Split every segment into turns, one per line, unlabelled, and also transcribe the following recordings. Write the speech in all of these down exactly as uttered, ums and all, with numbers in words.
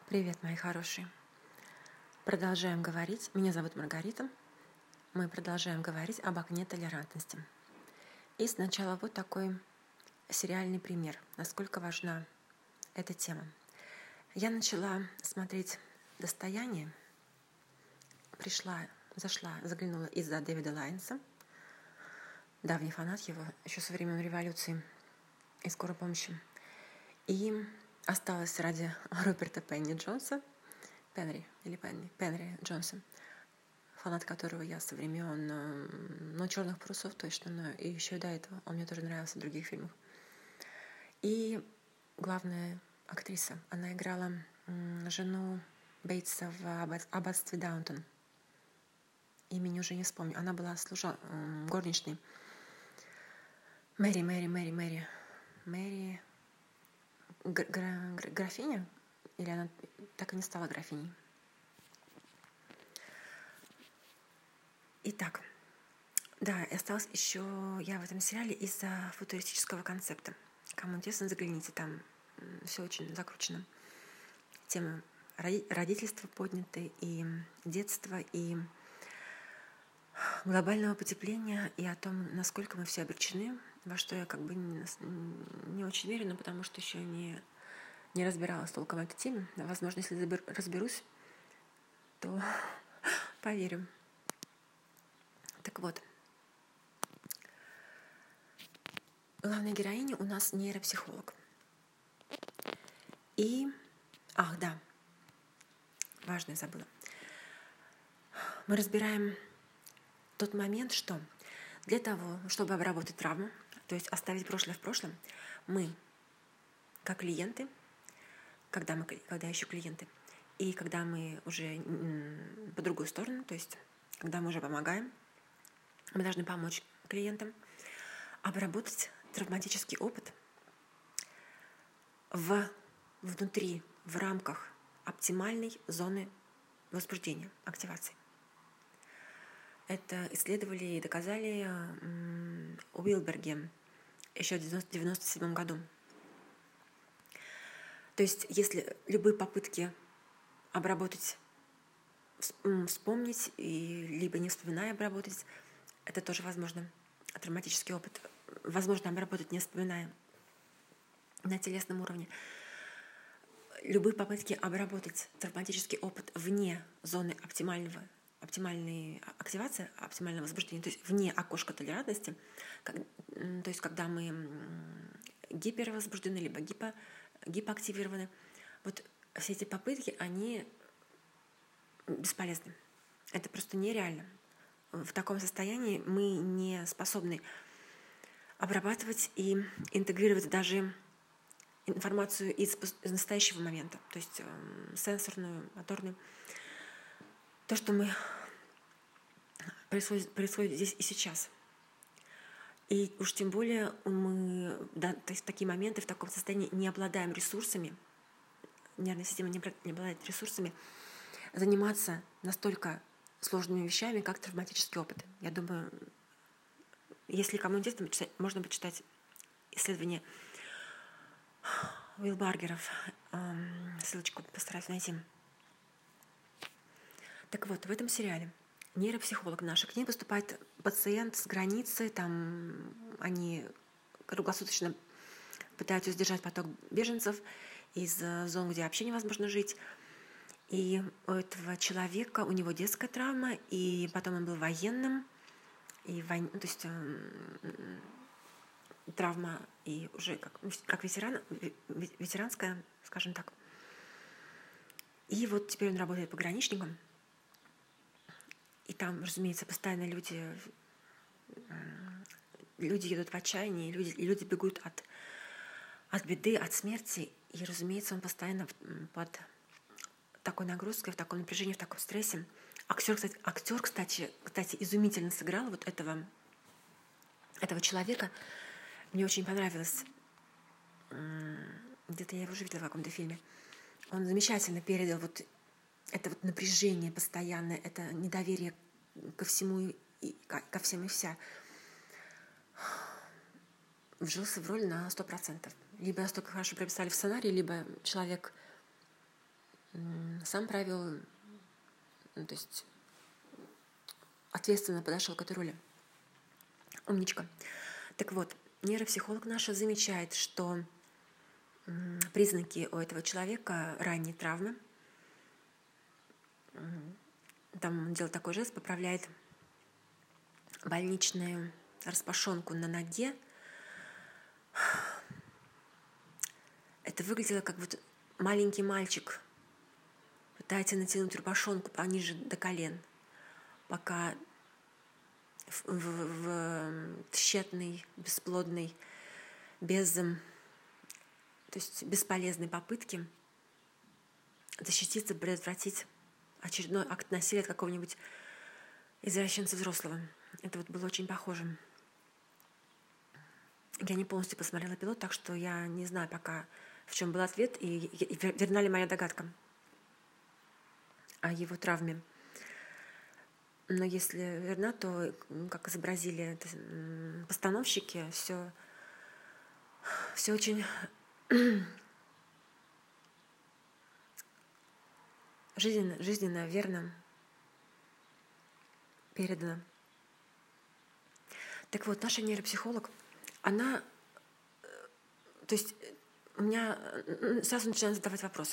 Привет, мои хорошие. Продолжаем говорить. Меня зовут Маргарита. Мы продолжаем говорить об окне толерантности. И сначала вот такой сериальный пример, насколько важна эта тема. Я начала смотреть «Достояние». Пришла, зашла, заглянула из-за Дэвида Лайнса. Давний фанат его, еще со времен революции и скорой помощи. И осталась ради Роберта Пенни Джонса, Пенри или Пенни, Пенри Джонса, фанат которого я со времен, ну, «Черных парусов» точно, но и еще и до этого. Он мне тоже нравился в других фильмах. И главная актриса, она играла жену Бейтса в «Аббатстве Даунтон». Имени уже не вспомню. Она была служа... горничной. Мэри, Мэри, Мэри, Мэри. Мэри... Графиня? Или она так и не стала графиней? Итак, да, и осталась еще я в этом сериале из-за футуристического концепта. Кому интересно, загляните, там все очень закручено. Темы родительства подняты, и детства, и глобального потепления, и о том, насколько мы все обречены, во что я как бы не, не очень верю, но потому что еще не, не разбиралась толком в этой теме. Возможно, если разберусь, то поверю. Так вот, главная героиня у нас нейропсихолог. И, ах, да, важное забыла. Мы разбираем тот момент, что для того, чтобы обработать травму, то есть оставить прошлое в прошлом, мы, как клиенты, когда мы, когда еще клиенты, и когда мы уже по другую сторону, то есть когда мы уже помогаем, мы должны помочь клиентам обработать травматический опыт в, внутри, в рамках оптимальной зоны возбуждения, активации. Это исследовали и доказали Уилберги еще в девяносто седьмом году. То есть, если любые попытки обработать, вспомнить, и либо не вспоминая обработать, это тоже возможно. Травматический опыт возможно обработать, не вспоминая, на телесном уровне. Любые попытки обработать травматический опыт вне зоны оптимального оптимальной активации, оптимального возбуждения, то есть вне окошка толерантности, как, то есть когда мы гипервозбуждены, либо гипо, гипоактивированы, вот все эти попытки, они бесполезны. Это просто нереально. В таком состоянии мы не способны обрабатывать и интегрировать даже информацию из, из настоящего момента, то есть э, сенсорную, моторную. То, что мы происходит, происходит здесь и сейчас. И уж тем более мы да, то есть в такие моменты, в таком состоянии не обладаем ресурсами, нервная система не обладает ресурсами заниматься настолько сложными вещами, как травматический опыт. Я думаю, если кому интересно, можно почитать исследования Уилбергеров. Ссылочку постараюсь найти. Так вот, в этом сериале нейропсихолог наш, к ней поступает пациент с границы, там они круглосуточно пытаются сдержать поток беженцев из зон, где вообще невозможно жить. И у этого человека, у него детская травма, и потом он был военным, и войн... то есть э, травма и уже как, как ветеран, ветеранская, скажем так. И вот теперь он работает пограничником. И там, разумеется, постоянно люди, люди едут в отчаянии, люди, и люди бегут от, от беды, от смерти. И, разумеется, он постоянно под такой нагрузкой, в таком напряжении, в таком стрессе. Актер, кстати, актер, кстати, кстати изумительно сыграл вот этого, этого человека. Мне очень понравилось. Где-то я его уже видела в каком-то фильме. Он замечательно передал вот это вот напряжение постоянное, это недоверие ко всему и ко всем и вся. Вжился в роль на сто процентов. Либо настолько хорошо прописали в сценарии, либо человек сам правил, ну, то есть ответственно подошел к этой роли. Умничка. Так вот, нейропсихолог наша замечает, что признаки у этого человека ранней травмы. Там он делает такой жест, поправляет больничную распашонку на ноге. Это выглядело, как вот маленький мальчик пытается натянуть рубашонку пониже до колен, пока в, в, в тщетной, бесплодной, без, то есть бесполезной попытке защититься, предотвратить очередной акт насилия от какого-нибудь извращенца взрослого. Это вот было очень похоже. Я не полностью посмотрела пилот, так что я не знаю пока, в чем был ответ и, и верна ли моя догадка о его травме. Но если верна, то, как изобразили это постановщики, все, все очень жизненно, жизненно, верно передано. Так вот, наша нейропсихолог, она, то есть у меня сразу начинают задавать вопросы.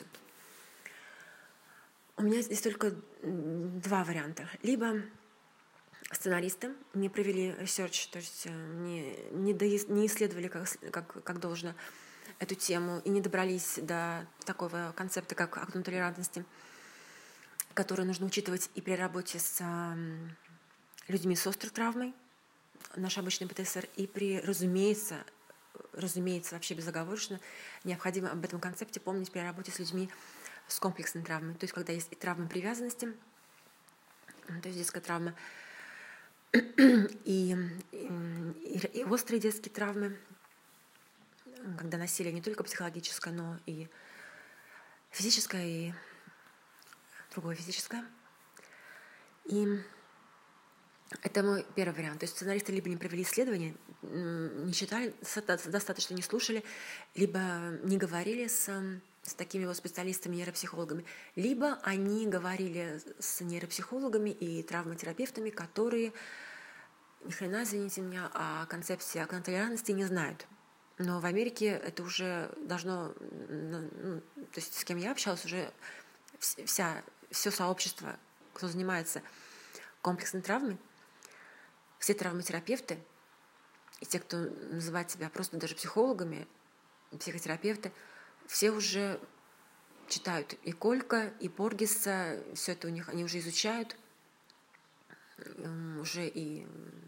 У меня здесь только два варианта. Либо сценаристы не провели ресерч, то есть не, не, до, не исследовали как, как, как должно эту тему и не добрались до такого концепта, как акт толерантности, который нужно учитывать и при работе с людьми с острой травмой, наш обычный ПТСР, и при, разумеется, разумеется, вообще безоговорочно, необходимо об этом концепте помнить при работе с людьми с комплексной травмой. То есть когда есть и травма привязанности, то есть детская травма, и, и, и острые детские травмы, когда насилие не только психологическое, но и физическое, и другое физическое. И это мой первый вариант. То есть сценаристы либо не провели исследования, не читали, достаточно не слушали, либо не говорили с, с такими вот специалистами, нейропсихологами, либо они говорили с нейропсихологами и травматерапевтами, которые ни хрена, извините меня, о концепции о толерантности не знают. Но в Америке это уже должно, ну, то есть с кем я общалась, уже вся, все сообщество, кто занимается комплексной травмой, все травматерапевты и те, кто называет себя просто даже психологами, психотерапевты, все уже читают и Колька, и Поргеса, все это у них, они уже изучают, уже и,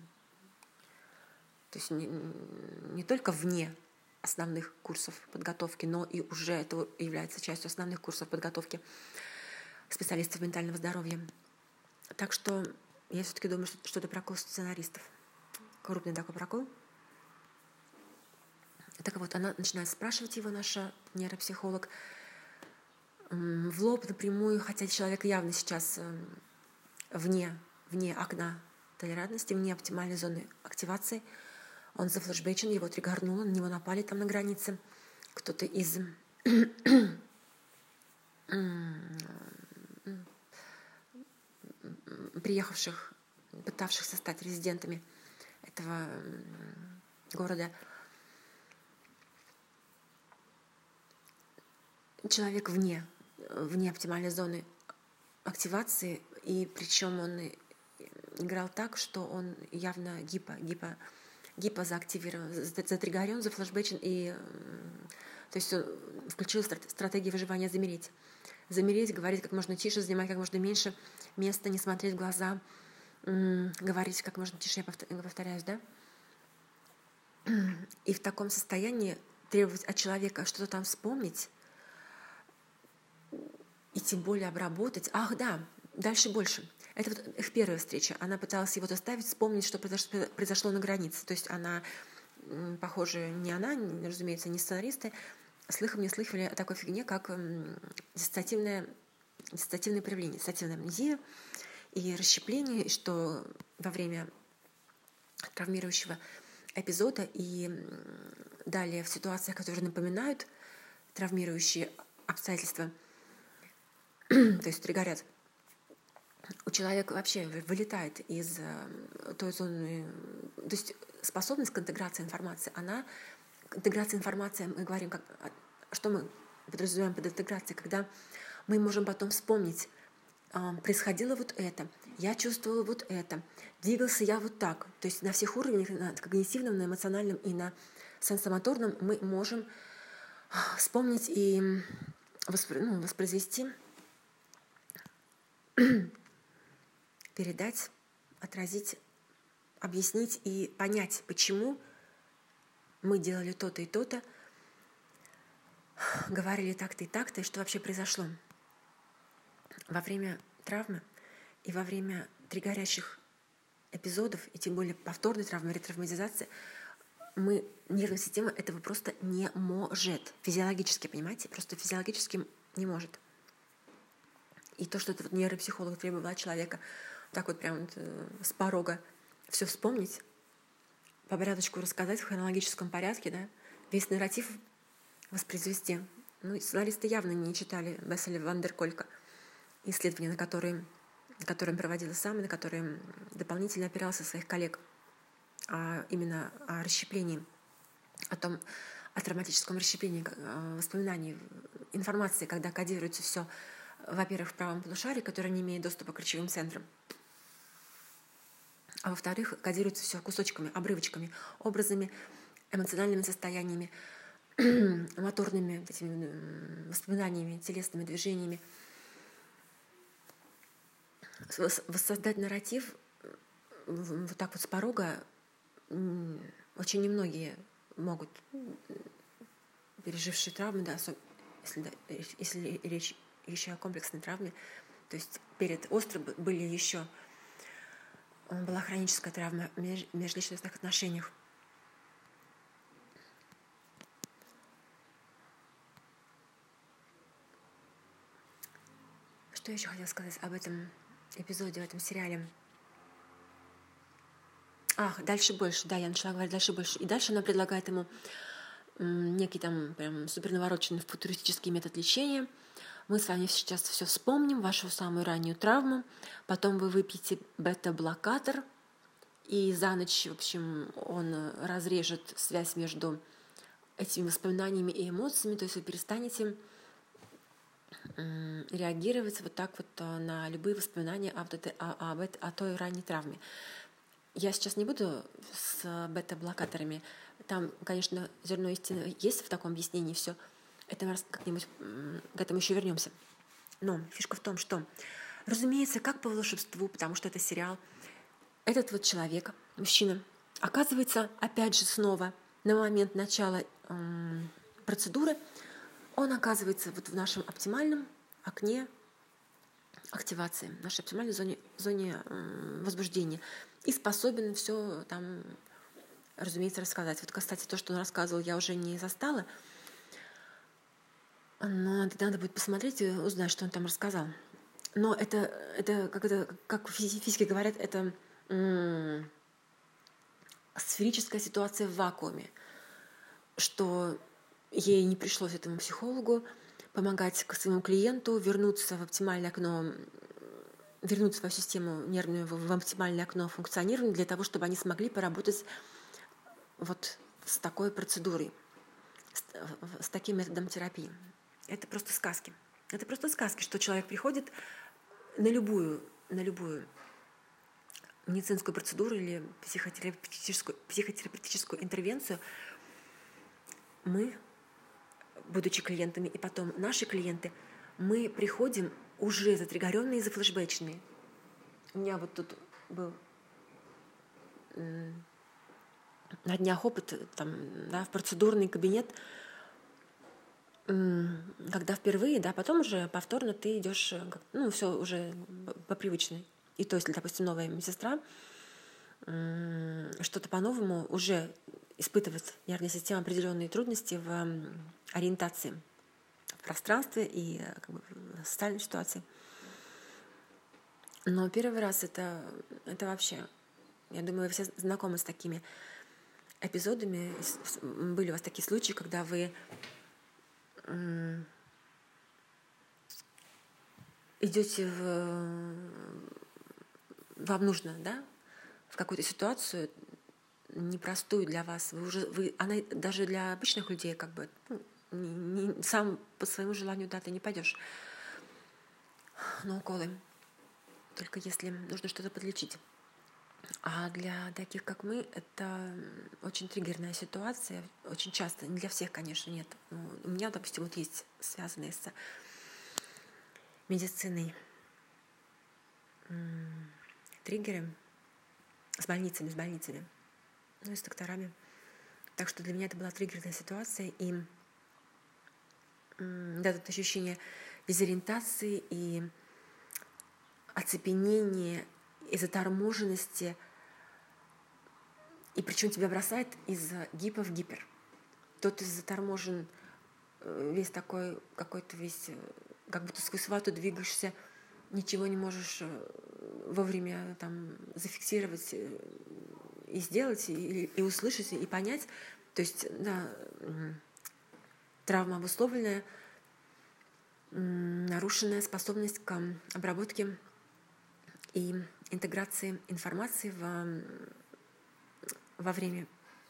то есть не, не только вне основных курсов подготовки, но и уже это является частью основных курсов подготовки специалистов ментального здоровья. Так что я все-таки думаю, что что-то прокол сценаристов. Крупный такой прокол. Так вот, она начинает спрашивать его, наша нейропсихолог, в лоб напрямую, хотя человек явно сейчас вне, вне окна толерантности, вне оптимальной зоны активации. Он зафлешбечен, его триггернуло, на него напали там на границе. Кто-то из приехавших, пытавшихся стать резидентами этого города. Человек вне, вне оптимальной зоны активации, и причем он играл так, что он явно гипо, гипо, гипозаактивирован, затриггерен, зафлешбечен, и то есть он включил стратегию выживания замереть. Замереть, говорить как можно тише, занимать как можно меньше места, не смотреть в глаза, говорить как можно тише, я повторяюсь, да? И в таком состоянии требовать от человека что-то там вспомнить, и тем более обработать. Ах, да, дальше больше. Это вот их первая встреча. Она пыталась его заставить вспомнить, что произошло, произошло на границе. То есть она, похоже, не она, разумеется, не сценаристы, слыхом не слыхали о такой фигне, как диссоциативное, диссоциативное проявление, диссоциативная амнезия и расщепление, и что во время травмирующего эпизода и далее в ситуациях, которые напоминают травмирующие обстоятельства, то есть триггерят, у человека вообще вылетает из той зоны, то есть способность к интеграции информации, она, интеграция информации, мы говорим, как, что мы подразумеваем под интеграцией, когда мы можем потом вспомнить, происходило вот это, я чувствовала вот это, двигался я вот так. То есть на всех уровнях, на когнитивном, на эмоциональном и на сенсомоторном мы можем вспомнить и воспро- ну, воспроизвести, передать, отразить, объяснить и понять, почему мы делали то-то и то-то, говорили так-то и так-то, и что вообще произошло. Во время травмы и во время триггерящих эпизодов, и тем более повторной травмы, ретравматизации, мы, нервная система этого просто не может. Физиологически, понимаете? Просто физиологически не может. И то, что это вот нейропсихолог требовал от человека так вот прям вот, э, с порога все вспомнить, по порядочку рассказать в хронологическом порядке, да, весь нарратив воспроизвести. Ну, сценаристы явно не читали Бесселя Ван дер Колька, исследования, на которые, которые он проводил сам, и на которые дополнительно опирался своих коллег, а именно о расщеплении, о том, о травматическом расщеплении воспоминаний, информации, когда кодируется все, во-первых, в правом полушарии, которое не имеет доступа к речевым центрам, а во-вторых, кодируется все кусочками, обрывочками, образами, эмоциональными состояниями, моторными этими воспоминаниями, телесными движениями. Воссоздать нарратив вот так вот с порога очень немногие могут, пережившие травмы, да, если, да, если речь еще о комплексной травме, то есть перед остро были еще была хроническая травма в межличностных отношениях. Что еще хотела сказать об этом эпизоде, в этом сериале? Ах, дальше больше, да, я начала говорить дальше больше. И дальше она предлагает ему некий там прям супер навороченный футуристический метод лечения. Мы с вами сейчас все вспомним, вашу самую раннюю травму, потом вы выпьете бета-блокатор, и за ночь, в общем, он разрежет связь между этими воспоминаниями и эмоциями, то есть вы перестанете реагировать вот так вот на любые воспоминания об, этой, о, об этой, о той ранней травме. Я сейчас не буду с бета-блокаторами. Там, конечно, зерно истины есть в таком объяснении все. Это мы как-нибудь к этому еще вернемся. Но фишка в том, что, разумеется, как по волшебству, потому что это сериал, этот вот человек, мужчина, оказывается, опять же, снова на момент начала э, процедуры, он оказывается вот в нашем оптимальном окне активации, в нашей оптимальной зоне, зоне э, возбуждения. И способен все там, разумеется, рассказать. Вот, кстати, то, что он рассказывал, я уже не застала, но надо будет посмотреть и узнать, что он там рассказал. Но это, это как, это, как физики говорят, это м- сферическая ситуация в вакууме, что ей не пришлось этому психологу помогать к своему клиенту вернуться в оптимальное окно, вернуть свою систему нервную в оптимальное окно функционирования для того, чтобы они смогли поработать вот с такой процедурой, с, с таким методом терапии. Это просто сказки. Это просто сказки, что человек приходит на любую, на любую медицинскую процедуру или психотерапевтическую, психотерапевтическую интервенцию. Мы, будучи клиентами, и потом наши клиенты, мы приходим уже затриггеренные и зафлешбэчные. У меня вот тут был на днях опыт там, да, в процедурный кабинет, когда впервые, да, потом уже повторно ты идешь, ну, все уже по привычной. И то, если, допустим, новая медсестра что-то по-новому уже испытывает нервная система определенные трудности в ориентации в пространстве и как бы, в социальной ситуации. Но первый раз это, это вообще, я думаю, вы все знакомы с такими эпизодами. Были у вас такие случаи, когда вы идете в... Вам нужно, да, в какую-то ситуацию непростую для вас. Вы уже, вы, она даже для обычных людей как бы ну, не, не, сам по своему желанию, да, ты не пойдешь на уколы, только если нужно что-то подлечить. А для таких, как мы, это очень триггерная ситуация, очень часто, не для всех, конечно, нет. Но у меня, допустим, вот есть связанные с медициной м- триггеры, с больницами, с больницами, ну и с докторами. Так что для меня это была триггерная ситуация, и м- да, тут ощущение дезориентации и оцепенения, и заторможенности, и причем тебя бросает из гипо в гипер. То ты заторможен, весь такой, какой-то весь, как будто сквозь вату двигаешься, ничего не можешь вовремя там зафиксировать и сделать, и, и услышать, и понять. То есть, да, травма обусловленная, нарушенная способность к обработке и интеграции информации в, во время,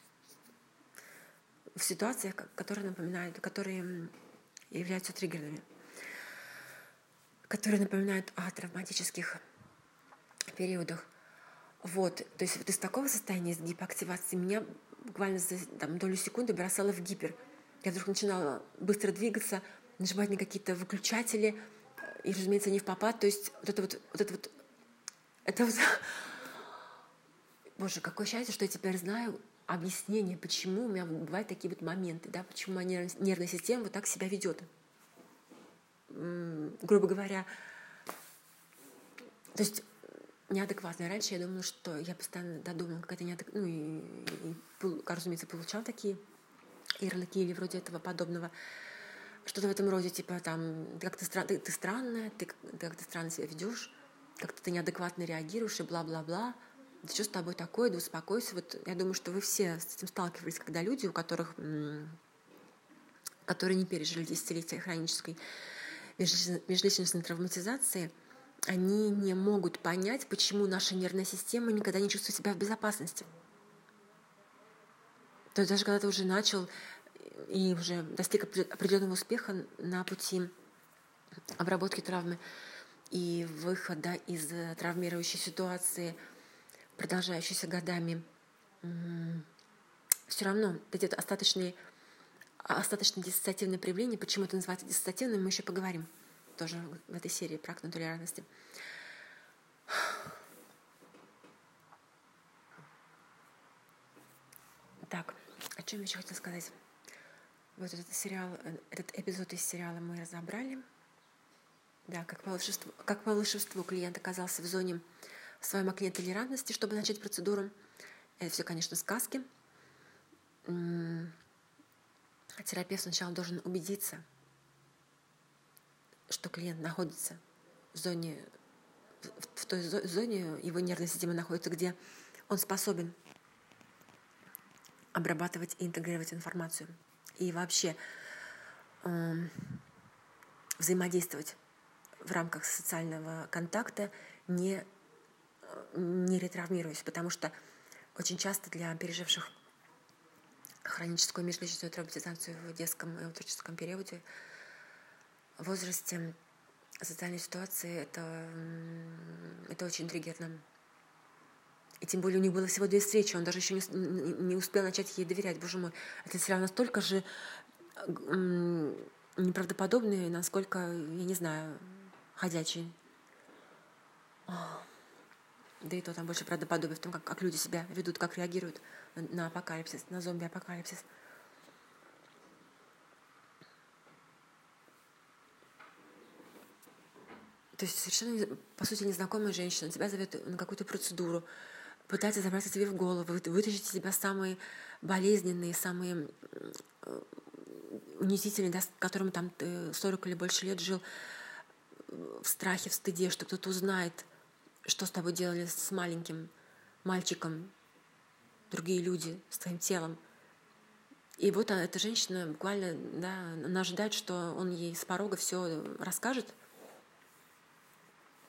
в ситуациях, которые напоминают, которые являются триггерными, которые напоминают о травматических периодах. Вот, то есть вот из такого состояния, из гипоактивации, меня буквально за там, долю секунды бросало в гипер. Я вдруг начинала быстро двигаться, нажимать на какие-то выключатели, и, разумеется, не в попад. То есть вот это вот, вот это вот, это вот... Боже, какое счастье, что я теперь знаю объяснение, почему у меня бывают такие вот моменты, да, почему моя нервная система вот так себя ведет. М-м, грубо говоря, то есть неадекватная. Раньше я думала, что я постоянно додумала, какая-то неадекватная, ну и, и, и, разумеется, получала такие ярлыки или вроде этого подобного. Что-то в этом роде, типа там, ты как-то стран, ты, ты странная, ты, ты как-то странно себя ведешь, как-то ты неадекватно реагируешь и бла-бла-бла. Да что с тобой такое, да успокойся. Вот я думаю, что вы все с этим сталкивались, когда люди, у которых, которые не пережили десятилетия хронической межличностной травматизации, они не могут понять, почему наша нервная система никогда не чувствует себя в безопасности. То есть даже когда ты уже начал и уже достиг определенного успеха на пути обработки травмы и выхода из травмирующей ситуации, продолжающейся годами, все равно эти остаточные, остаточные диссоциативные проявления, почему это называется диссоциативным, мы еще поговорим тоже в этой серии про окно толерантности. Так, о чем я еще хотела сказать? Вот этот сериал, этот эпизод из сериала мы разобрали. Да, как по волшебству, как по волшебству клиент оказался в зоне в своем окне толерантности, чтобы начать процедуру. Это все, конечно, сказки. Терапевт сначала должен убедиться, что клиент находится в зоне, в той зоне, его нервная система находится, где он способен обрабатывать и интегрировать информацию. И вообще э, взаимодействовать в рамках социального контакта, не, не ретравмируясь, потому что очень часто для переживших хроническую межличностную травматизацию в детском и отроческом периоде в возрасте социальной ситуации это, это очень триггерно. И тем более у них было всего две встречи, он даже еще не, не успел начать ей доверять. Боже мой, этот сериал настолько же неправдоподобный, насколько, я не знаю, ходячий. Да и то там больше правдоподобие в том, как, как люди себя ведут, как реагируют на, на апокалипсис, на зомби-апокалипсис. То есть совершенно, по сути, незнакомая женщина тебя зовет на какую-то процедуру, пытается забраться тебе в голову, вытащить из тебя самые болезненные, самые унизительные, да, с которыми там ты сорок или больше лет жил в страхе, в стыде, что кто-то узнает, что с тобой делали с маленьким мальчиком другие люди, с твоим телом. И вот эта женщина буквально, да, она ожидает, что он ей с порога все расскажет.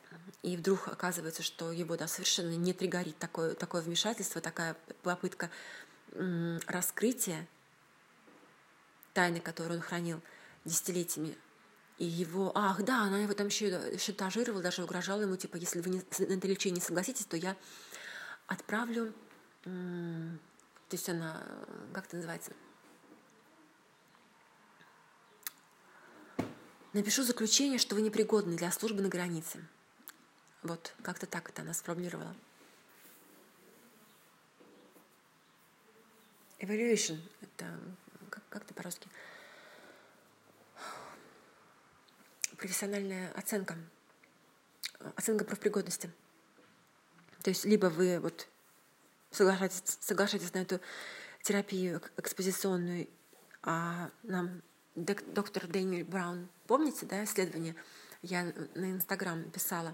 и вдруг оказывается, что его да, совершенно не триггерит такое, такое вмешательство, такая попытка м, раскрытия тайны, которую он хранил десятилетиями. И его, ах, да, она его там еще шантажировала, даже угрожала ему, типа, если вы не, на это лечение не согласитесь, то я отправлю, м, то есть она, как это называется, напишу заключение, что вы непригодны для службы на границе. Вот, как-то так это она сформулировала. Evaluation — это как, как это по-русски? Профессиональная оценка. Оценка профпригодности. То есть либо вы вот соглашаетесь, соглашаетесь на эту терапию экспозиционную, а нам доктор Дэниел Браун, помните, да, исследование? Я на Инстаграм писала.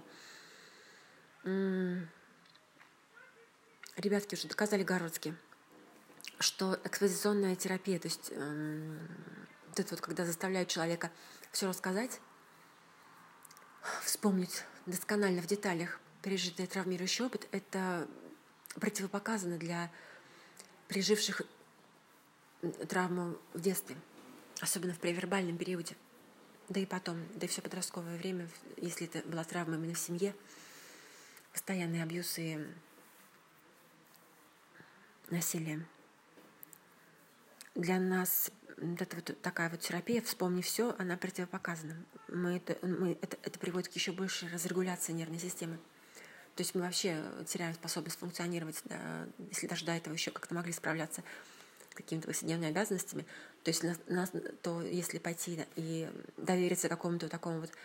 Ребятки уже доказали гарвардские, что экспозиционная терапия, то есть э, вот это вот, когда заставляют человека все рассказать, вспомнить досконально в деталях пережитый травмирующий опыт, это противопоказано для переживших травму в детстве, особенно в превербальном периоде, да и потом, да и все подростковое время, если это была травма именно в семье, постоянные абьюз и насилие. Для нас вот эта вот такая вот терапия, вспомни все, она противопоказана. Мы это, мы, это, это приводит к еще большей разрегуляции нервной системы. То есть мы вообще теряем способность функционировать, да, если даже до этого еще как-то могли справляться с какими-то повседневными обязанностями. То есть нас, нас, то если пойти и довериться какому-то такому вот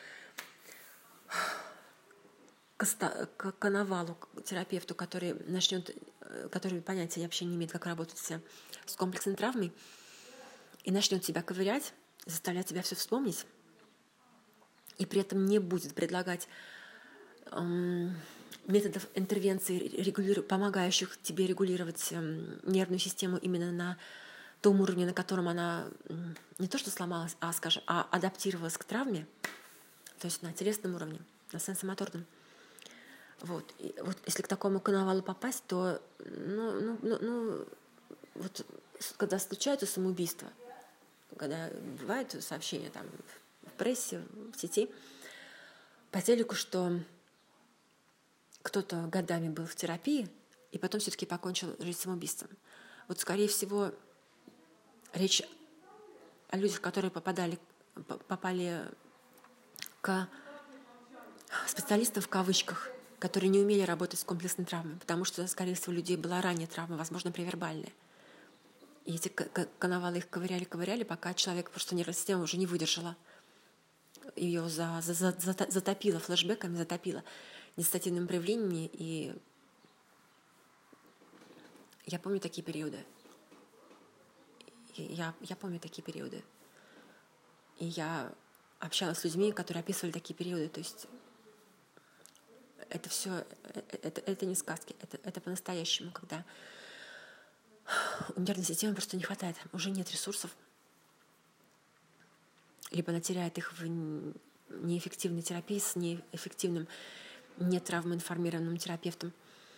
к коновалу, к терапевту, который начнет, который понятия вообще не имеет, как работать с комплексной травмой, и начнет тебя ковырять, заставлять тебя все вспомнить, и при этом не будет предлагать эм, методов интервенции, регули... помогающих тебе регулировать эм, нервную систему именно на том уровне, на котором она эм, не то что сломалась, а, скажем, а адаптировалась к травме, то есть на телесном уровне, на сенсомоторном. Вот. И вот если к такому коновалу попасть, то ну, ну, ну, ну, вот, когда случаются самоубийства, когда бывают сообщения там, в прессе, в сети, по телеку, что кто-то годами был в терапии и потом все-таки покончил жизнь самоубийством. Вот, скорее всего, речь о людях, которые попадали, попали к специалистам в кавычках, которые не умели работать с комплексной травмой, потому что, скорее всего, у людей была ранняя травма, возможно, превербальная. И эти коновалы их ковыряли-ковыряли, пока человек, просто нервная система уже не выдержала. Ее за, за, за, затопило флешбеками, затопило диссоциативными проявлениями. И я помню такие периоды. Я, я помню такие периоды. И я общалась с людьми, которые описывали такие периоды. То есть это все, это, это не сказки, это, это по-настоящему, когда у нервной системы просто не хватает, уже нет ресурсов, либо она теряет их в неэффективной терапии с неэффективным, не травмоинформированным терапевтом,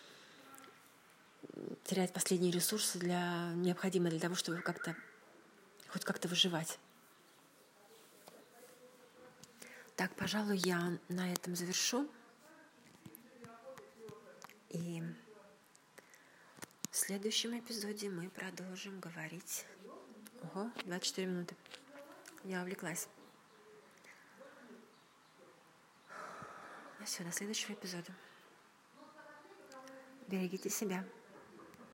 теряет последние ресурсы, для, необходимые для того, чтобы как-то, хоть как-то выживать. Так, пожалуй, я на этом завершу. И в следующем эпизоде мы продолжим говорить. Ого, двадцать четыре минуты. Я увлеклась. Ну все, до следующего эпизода. Берегите себя.